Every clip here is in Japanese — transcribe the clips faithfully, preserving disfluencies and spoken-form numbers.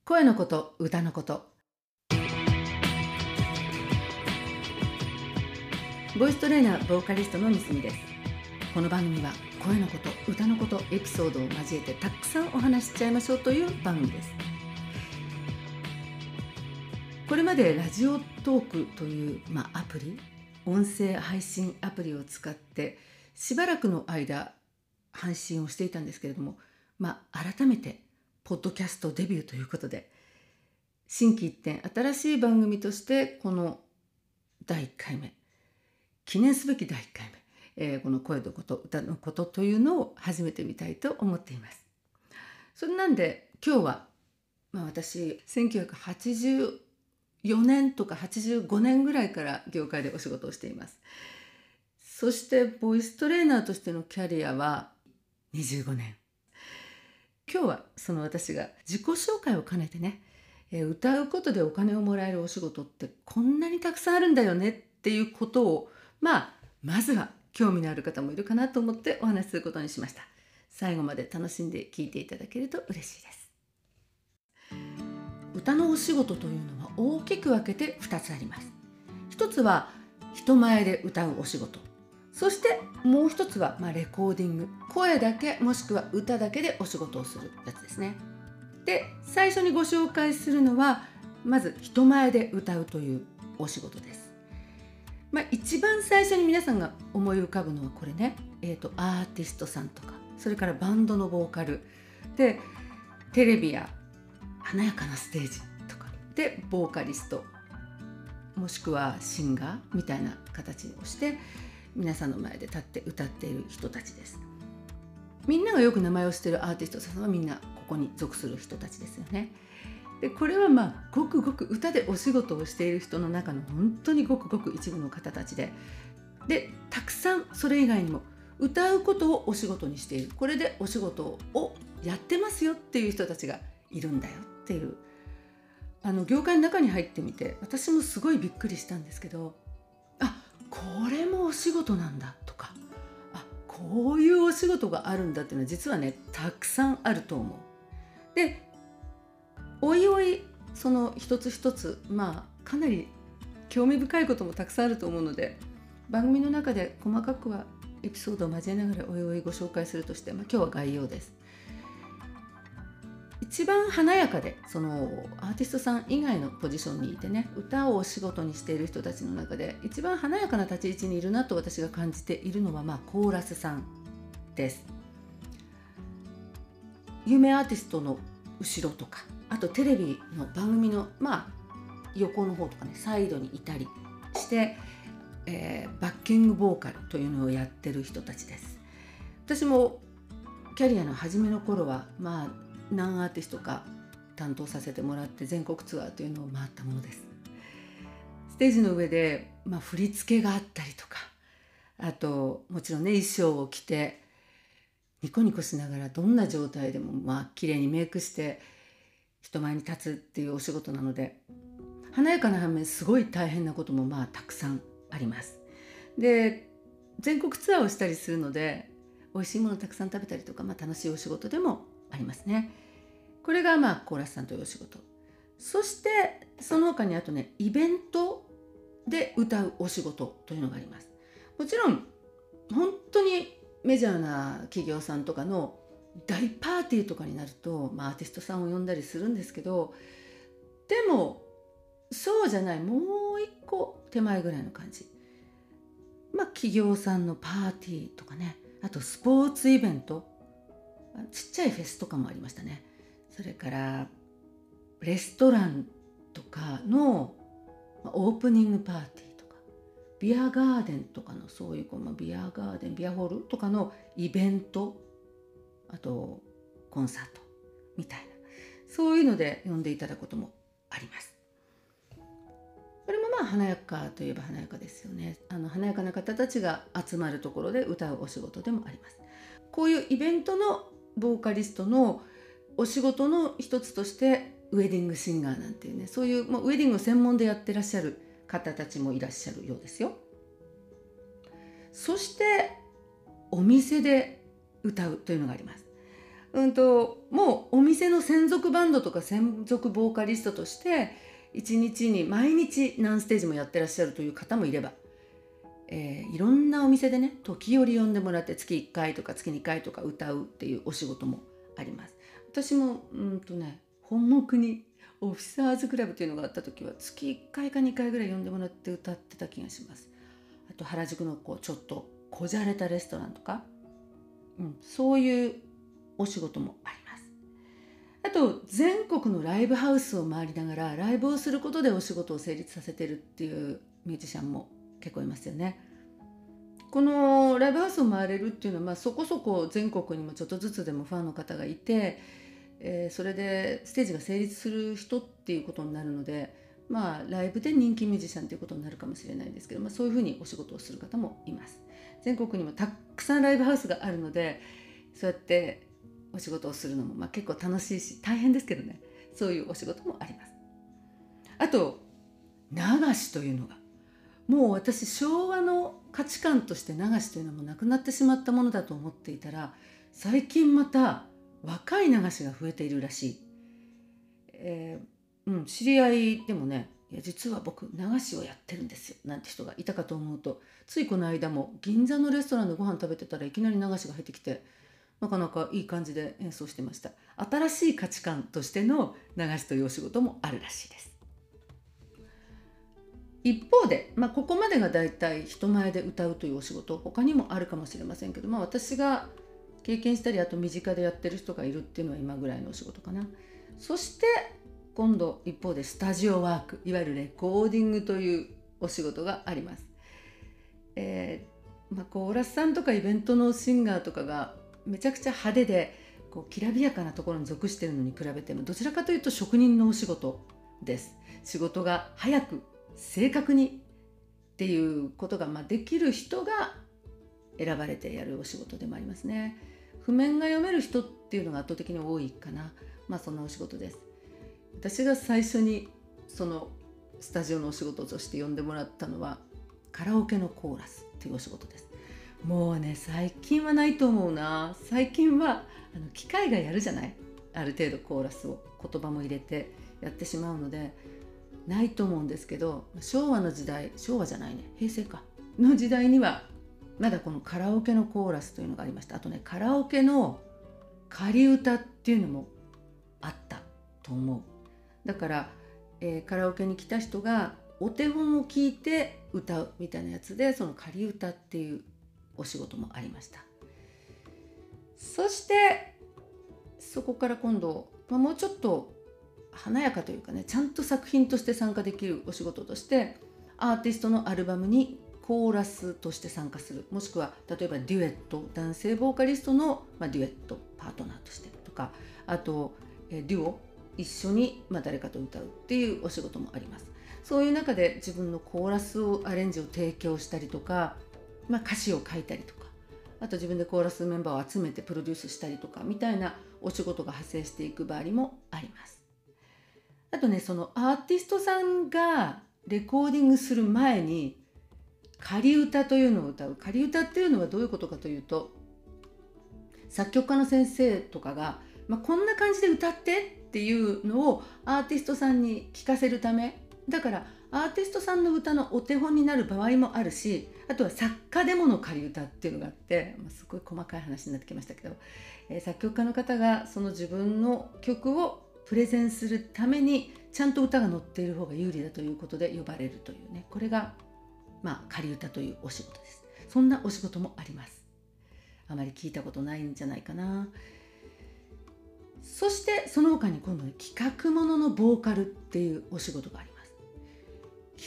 声のこと、歌のこと。ボイストレーナー、ボーカリストのみすみです。この番組は声のこと、歌のこと、エピソードを交えてたくさんお話ししちゃいましょうという番組です。これまでラジオトークという、まあ、アプリ、音声配信アプリを使ってしばらくの間配信をしていたんですけれども、まあ、改めてポッドキャストデビューということで、心機一転新しい番組としてこのだいいっかいめ、記念すべきだいいっかいめ、えー、この声のこと、歌のことというのを始めてみたいと思っています。それなんで今日は、まあ、私せんきゅうひゃくはちじゅうよねんとかはちじゅうごねんぐらいから業界でお仕事をしています。そしてボイストレーナーとしてのキャリアはにじゅうごねん。今日はその私が自己紹介を兼ねてね、えー、歌うことでお金をもらえるお仕事ってこんなにたくさんあるんだよねっていうことを、まあまずは興味のある方もいるかなと思ってお話しすることにしました。最後まで楽しんで聞いていただけると嬉しいです。歌のお仕事というのは大きく分けてふたつあります。一つは人前で歌うお仕事、そしてもう一つは、まあ、レコーディング、声だけもしくは歌だけでお仕事をするやつですね。で、最初にご紹介するのはまず人前で歌うというお仕事です。まあ、一番最初に皆さんが思い浮かぶのはこれね、えーと、アーティストさんとか、それからバンドのボーカルで、テレビや華やかなステージとかでボーカリストもしくはシンガーみたいな形をして皆さんの前で立って歌っている人たちです。みんながよく名前を知っているアーティストさんはみんなここに属する人たちですよね。でこれはまあごくごく歌でお仕事をしている人の中の本当にごくごく一部の方たちで、でたくさんそれ以外にも歌うことをお仕事にしている、これでお仕事をやってますよっていう人たちがいるんだよっていう、あの業界の中に入ってみて私もすごいびっくりしたんですけど、あ、これもお仕事なんだとか、あ、こういうお仕事があるんだっていうのは実はねたくさんあると思う。でおいおいその一つ一つ、まあかなり興味深いこともたくさんあると思うので、番組の中で細かくはエピソードを交えながらおいおいご紹介するとして、まあ、今日は概要です。一番華やかでそのアーティストさん以外のポジションにいてね、歌をお仕事にしている人たちの中で一番華やかな立ち位置にいるなと私が感じているのは、まあコーラスさんです。有名アーティストの後ろとか、あとテレビの番組のまあ横の方とかね、サイドにいたりして、えー、バッキングボーカルというのをやってる人たちです。私もキャリアの初めの頃はまあ何アーティストか担当させてもらって全国ツアーというのを回ったものです。ステージの上で、まあ、振り付けがあったりとか、あともちろんね衣装を着てニコニコしながらどんな状態でもまあ綺麗にメイクして人前に立つっていうお仕事なので、華やかな反面すごい大変なこともまあたくさんあります。で全国ツアーをしたりするので美味しいものをたくさん食べたりとか、まあ、楽しいお仕事でもありますね。これがまあコーラスさんというお仕事。そしてその他にあとね、イベントで歌うお仕事というのがあります。もちろん本当にメジャーな企業さんとかの大パーティーとかになると、まあ、アーティストさんを呼んだりするんですけど、でもそうじゃないもう一個手前ぐらいの感じ、まあ企業さんのパーティーとかね、あとスポーツイベント、ちっちゃいフェスとかもありましたね。それからレストランとかのオープニングパーティーとか、ビアガーデンとかのそういう、まあ、ビアガーデンビアホールとかのイベント、あとコンサートみたいな、そういうので呼んでいただくこともあります。これもまあ華やかといえば華やかですよね。あの華やかな方たちが集まるところで歌うお仕事でもあります。こういうイベントのボーカリストのお仕事の一つとしてウェディングシンガーなんていうね、そういう、まあ、ウェディングを専門でやってらっしゃる方たちもいらっしゃるようですよ。そしてお店で歌うというのがあります。 うんともうお店の専属バンドとか専属ボーカリストとしていちにちに毎日何ステージもやってらっしゃるという方もいれば、えーいろんなお店でね時折呼んでもらって月いっかいとか月にかいとか歌うっていうお仕事もあります。私もうんとね本木にオフィサーズクラブというのがあった時は月いっかいかにかいぐらい呼んでもらって歌ってた気がします。あと原宿のこうちょっとこじゃれたレストランとか、うん、そういうお仕事もあります。あと全国のライブハウスを回りながらライブをすることでお仕事を成立させてるっていうミュージシャンも結構いますよね。このライブハウスを回れるっていうのは、まあ、そこそこ全国にもちょっとずつでもファンの方がいて、えーそれでステージが成立する人っていうことになるので、まあ、ライブで人気ミュージシャンということになるかもしれないんですけど、まあ、そういうふうにお仕事をする方もいます。全国にもたくさんライブハウスがあるので、そうやってお仕事をするのも、まあ、結構楽しいし大変ですけどね、そういうお仕事もあります。あと流しというのがもう私昭和の価値観として流しというのはもうなくなってしまったものだと思っていたら、最近また若い流しが増えているらしい。えーうん、知り合いでもね、いや実は僕流しをやってるんですよなんて人がいたかと思うと、ついこの間も銀座のレストランでご飯食べてたらいきなり流しが入ってきて、なかなかいい感じで演奏してました。新しい価値観としての流しというお仕事もあるらしいです。一方で、まあ、ここまでがだいたい人前で歌うというお仕事、他にもあるかもしれませんけど、まあ、私が経験したりあと身近でやってる人がいるっていうのは今ぐらいのお仕事かな。そして今度一方でスタジオワーク、いわゆるレコーディングというお仕事があります。えーまあ、コーラスさんとかイベントのシンガーとかがめちゃくちゃ派手でこうきらびやかなところに属しているのに比べても、どちらかというと職人のお仕事です。仕事が早く正確にっていうことがまあできる人が選ばれてやるお仕事でもありますね。譜面が読める人っていうのが圧倒的に多いかな。まあそんなお仕事です。私が最初にそのスタジオのお仕事として呼んでもらったのはカラオケのコーラスっていうお仕事です。もうね最近はないと思うな。最近はあの機械がやるじゃない、ある程度コーラスを言葉も入れてやってしまうのでないと思うんですけど、昭和の時代、昭和じゃないね平成かの時代にはまだこのカラオケのコーラスというのがありました。あとねカラオケの仮歌っていうのもあったと思う。だから、えーカラオケに来た人がお手本を聞いて歌うみたいなやつで、その仮歌っていうお仕事もありました。そしてそこから今度、まあ、もうちょっと華やかというかね、ちゃんと作品として参加できるお仕事としてアーティストのアルバムにコーラスとして参加する、もしくは例えばデュエット、男性ボーカリストの、まあ、デュエットパートナーとしてとか、あとえデュオ一緒に、まあ、誰かと歌うっていうお仕事もあります。そういう中で自分のコーラスをアレンジを提供したりとか、まあ、歌詞を書いたりとか、あと自分でコーラスメンバーを集めてプロデュースしたりとかみたいなお仕事が発生していく場合もあります。あとね、そのアーティストさんがレコーディングする前に仮歌というのを歌う。仮歌っていうのはどういうことかというと、作曲家の先生とかが、まあ、こんな感じで歌ってっていうのをアーティストさんに聞かせるためだから、アーティストさんの歌のお手本になる場合もあるし、あとは作家デモの仮歌っていうのがあって、まあ、すごい細かい話になってきましたけど、えー作曲家の方がその自分の曲をプレゼンするためにちゃんと歌が載っている方が有利だということで呼ばれるというね、これがまあ仮歌というお仕事です。そんなお仕事もあります。あまり聞いたことないんじゃないかな。そしてその他に今度ね、企画もののボーカルっていうお仕事があります。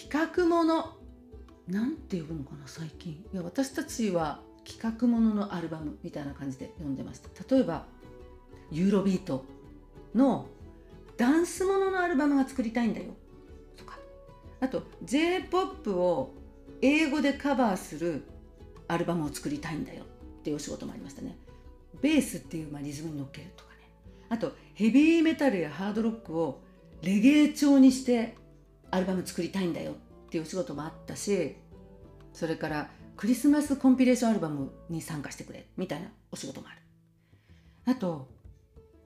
企画ものなんて呼ぶのかな最近。いや私たちは企画もののアルバムみたいな感じで呼んでました。例えばユーロビートのダンスもののアルバムが作りたいんだよとか、あと ジェイポップ を英語でカバーするアルバムを作りたいんだよっていうお仕事もありましたね。ベースっていうまあリズムに乗っけるとかね。あとヘビーメタルやハードロックをレゲエ調にしてアルバム作りたいんだよっていうお仕事もあったし、それからクリスマスコンピレーションアルバムに参加してくれみたいなお仕事もある。あと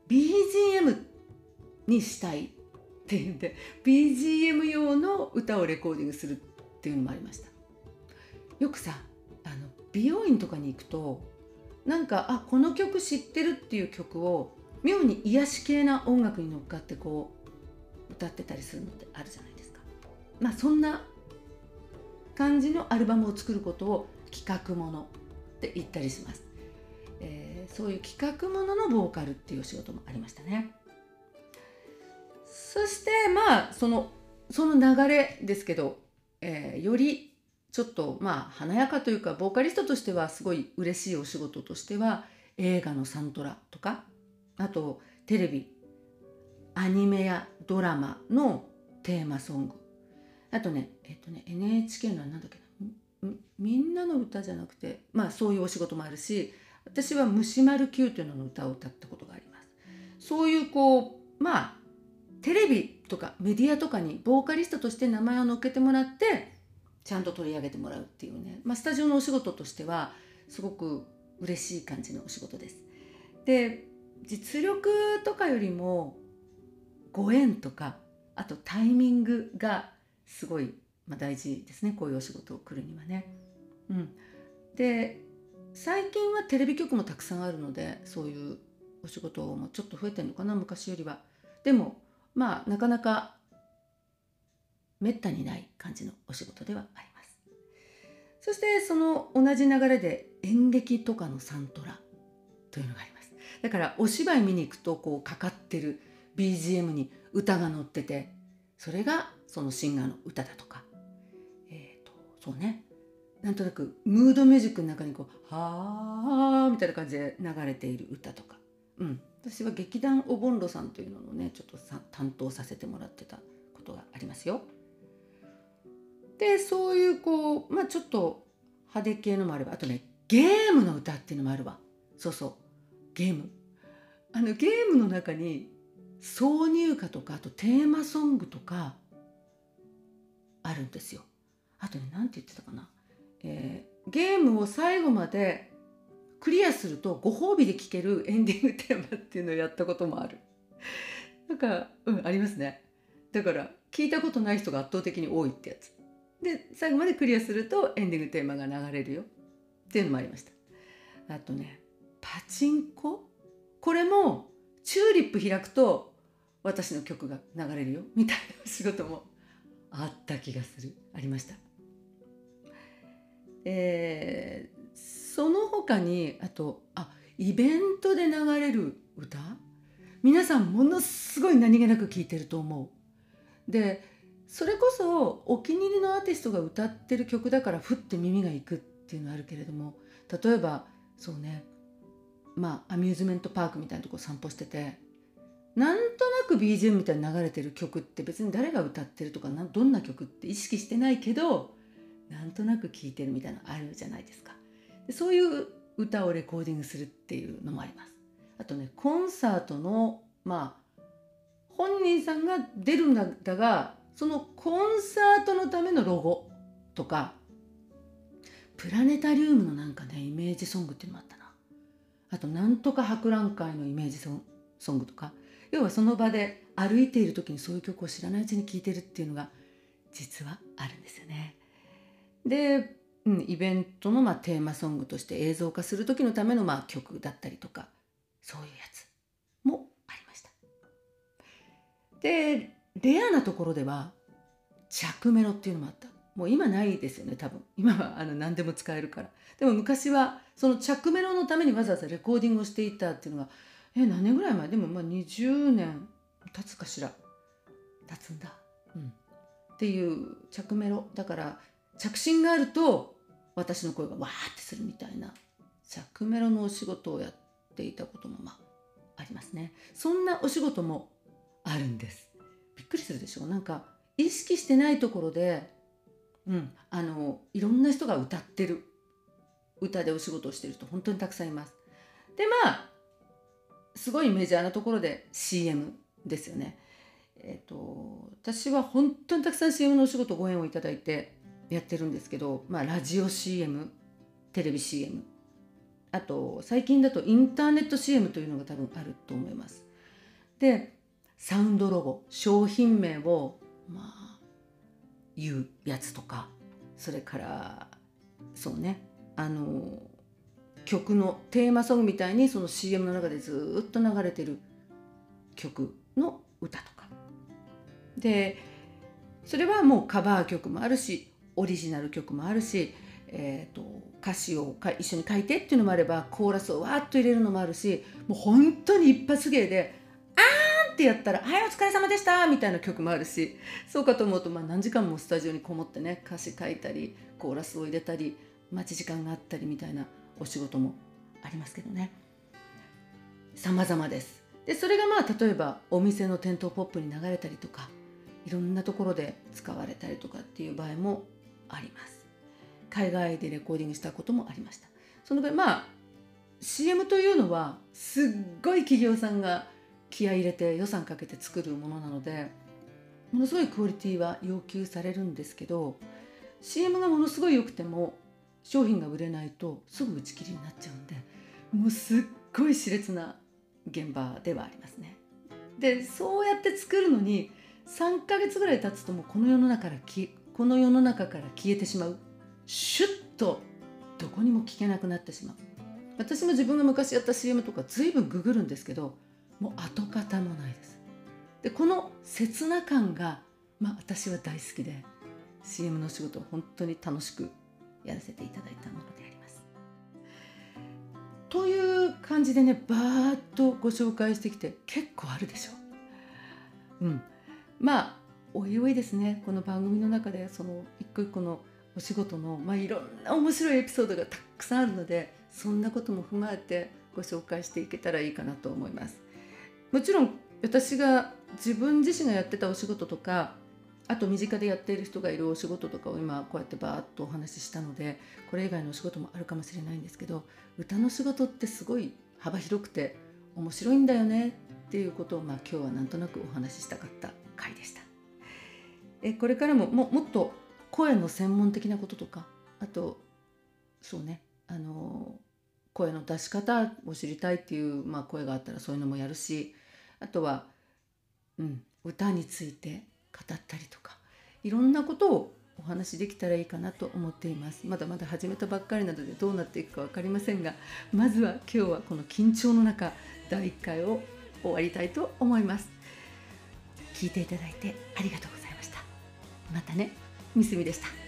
ビージーエム にしたいっていうんで ビージーエム 用の歌をレコーディングするっていうのもありました。よくさあの美容院とかに行くとなんかあこの曲知ってるっていう曲を妙に癒し系な音楽に乗っかってこう歌ってたりするのってあるじゃないですか。まあそんな感じのアルバムを作ることを企画ものって言ったりします。えー、そういう企画もののボーカルっていうお仕事もありましたね。そしてまあそのその流れですけど、えー、よりちょっとまあ華やかというかボーカリストとしてはすごい嬉しいお仕事としては映画のサントラとかあとテレビアニメやドラマのテーマソングあとねえっとね エヌエイチケー のなんだっけなみんなの歌じゃなくてまあそういうお仕事もあるし私は虫丸キューというのの歌を歌ったことがあります。そういうこうまあテレビとかメディアとかにボーカリストとして名前を載っけてもらってちゃんと取り上げてもらうっていうね、まあ、スタジオのお仕事としてはすごく嬉しい感じのお仕事です。で実力とかよりもご縁とかあとタイミングがすごい、まあ、大事ですねこういうお仕事を来るにはね。うん、で最近はテレビ局もたくさんあるのでそういうお仕事もちょっと増えてるのかな昔よりは。でもまあなかなかめったにない感じのお仕事ではあります。そしてその同じ流れで演劇とかのサントラというのがあります。だからお芝居見に行くとこうかかってる ビージーエム に歌が載っててそれがそのシンガーの歌だとかえっとそうねなんとなくムードミュージックの中にこうはーみたいな感じで流れている歌とか、うん、私は劇団おぼんろさんというのをねちょっとさ担当させてもらってたことがありますよ。でそういうこうまあちょっと派手系のもあればあとねゲームの歌っていうのもあるわ。そうそうゲームあのゲームの中に挿入歌とかあとテーマソングとかあるんですよ。あとね何て言ってたかな、えー、ゲームを最後までクリアするとご褒美で聴けるエンディングテーマっていうのをやったこともある。なんかうんありますね。だから聞いたことない人が圧倒的に多いってやつで最後までクリアするとエンディングテーマが流れるよっていうのもありました。あとねパチンコこれもチューリップ開くと私の曲が流れるよみたいなお仕事もあった気がするありました。えー、その他にあとあイベントで流れる歌皆さんものすごい何気なく聴いてると思う。でそれこそお気に入りのアーティストが歌ってる曲だからふって耳がいくっていうのはあるけれども例えばそうねまあアミューズメントパークみたいなとこ散歩しててなんとなく ビージーエム みたいに流れてる曲って別に誰が歌ってるとかなどんな曲って意識してないけどなんとなく聴いてるみたいなのあるじゃないですか。でそういう歌をレコーディングするっていうのもあります。あとねコンサートのまあ本人さんが出るんだがそのコンサートのためのロゴとかプラネタリウムのなんかねイメージソングっていうのもあったな。あとなんとか博覧会のイメージソンソングとか要はその場で歩いている時にそういう曲を知らないうちに聴いてるっていうのが実はあるんですよね。で、うん、イベントのまあテーマソングとして映像化する時のためのまあ曲だったりとかそういうやつもありました。でレアなところでは着メロっていうのもあった。もう今ないですよね多分今はあの何でも使えるから。でも昔はその着メロのためにわざわざレコーディングをしていたっていうのがえ何年ぐらい前でもまあにじゅうねん経つかしら経つんだ、うん、っていう着メロだから着信があると私の声がわーってするみたいな着メロのお仕事をやっていたこともまあありますね。そんなお仕事もあるんです。びっくりするでしょ。なんか意識してないところで、うん、あのいろんな人が歌ってる歌でお仕事をしてる人本当にたくさんいます。でまあすごいメジャーなところで シーエム ですよね。えーと、私は本当にたくさん シーエム のお仕事ご縁をいただいてやってるんですけど、まあ、ラジオ シーエム テレビ シーエム あと最近だとインターネット シーエム というのが多分あると思います。 でサウンドロゴ、商品名をまあ言うやつとか、それからそうね、あの曲のテーマソングみたいにその シーエム の中でずっと流れてる曲の歌とかで、それはもうカバー曲もあるしオリジナル曲もあるし、えー、と歌詞をか一緒に書いてっていうのもあれば、コーラスをわーっと入れるのもあるし、もう本当に一発芸であーんってやったらはいお疲れ様でしたみたいな曲もあるし、そうかと思うとまあ何時間もスタジオにこもってね、歌詞書いたりコーラスを入れたり待ち時間があったりみたいなお仕事もありますけどね、様々です。でそれがまあ例えばお店の店頭ポップに流れたりとか、いろんなところで使われたりとかっていう場合もあります。海外でレコーディングしたこともありました。その場合まあ シーエム というのはすっごい企業さんが気合い入れて予算かけて作るものなので、ものすごいクオリティは要求されるんですけど、 シーエム がものすごい良くても商品が売れないとすぐ打ち切りになっちゃうんで、もうすっごい熾烈な現場ではありますね。でそうやって作るのにさんかげつぐらい経つともうこの世の中からきこの世の中から消えてしまう、シュッとどこにも聞けなくなってしまう。私も自分が昔やった シーエム とか随分ググるんですけど、もう跡形もないです。でこの切な感が、まあ、私は大好きで シーエム の仕事を本当に楽しくやらせていただいたものであります。という感じでね、バーッとご紹介してきて結構あるでしょう。うん、まあおいおいですね、この番組の中でその一個一個のお仕事の、まあ、いろんな面白いエピソードがたくさんあるので、そんなことも踏まえてご紹介していけたらいいかなと思います。もちろん私が自分自身がやってたお仕事とか、あと身近でやっている人がいるお仕事とかを今こうやってバーッとお話ししたので、これ以外のお仕事もあるかもしれないんですけど、歌の仕事ってすごい幅広くて面白いんだよねっていうことを、まあ、今日はなんとなくお話ししたかった回でした。えこれからも も, もっと声の専門的なこととか、あとそうね、あの声の出し方を知りたいっていう、まあ、声があったらそういうのもやるし、あとは、うん、歌について語ったりとか、いろんなことをお話できたらいいかなと思っています。まだまだ始めたばっかりなのでどうなっていくか分かりませんが、まずは今日はこの緊張の中だいいっかいを終わりたいと思います。聞いていただいてありがとうございました。またね、みすみでした。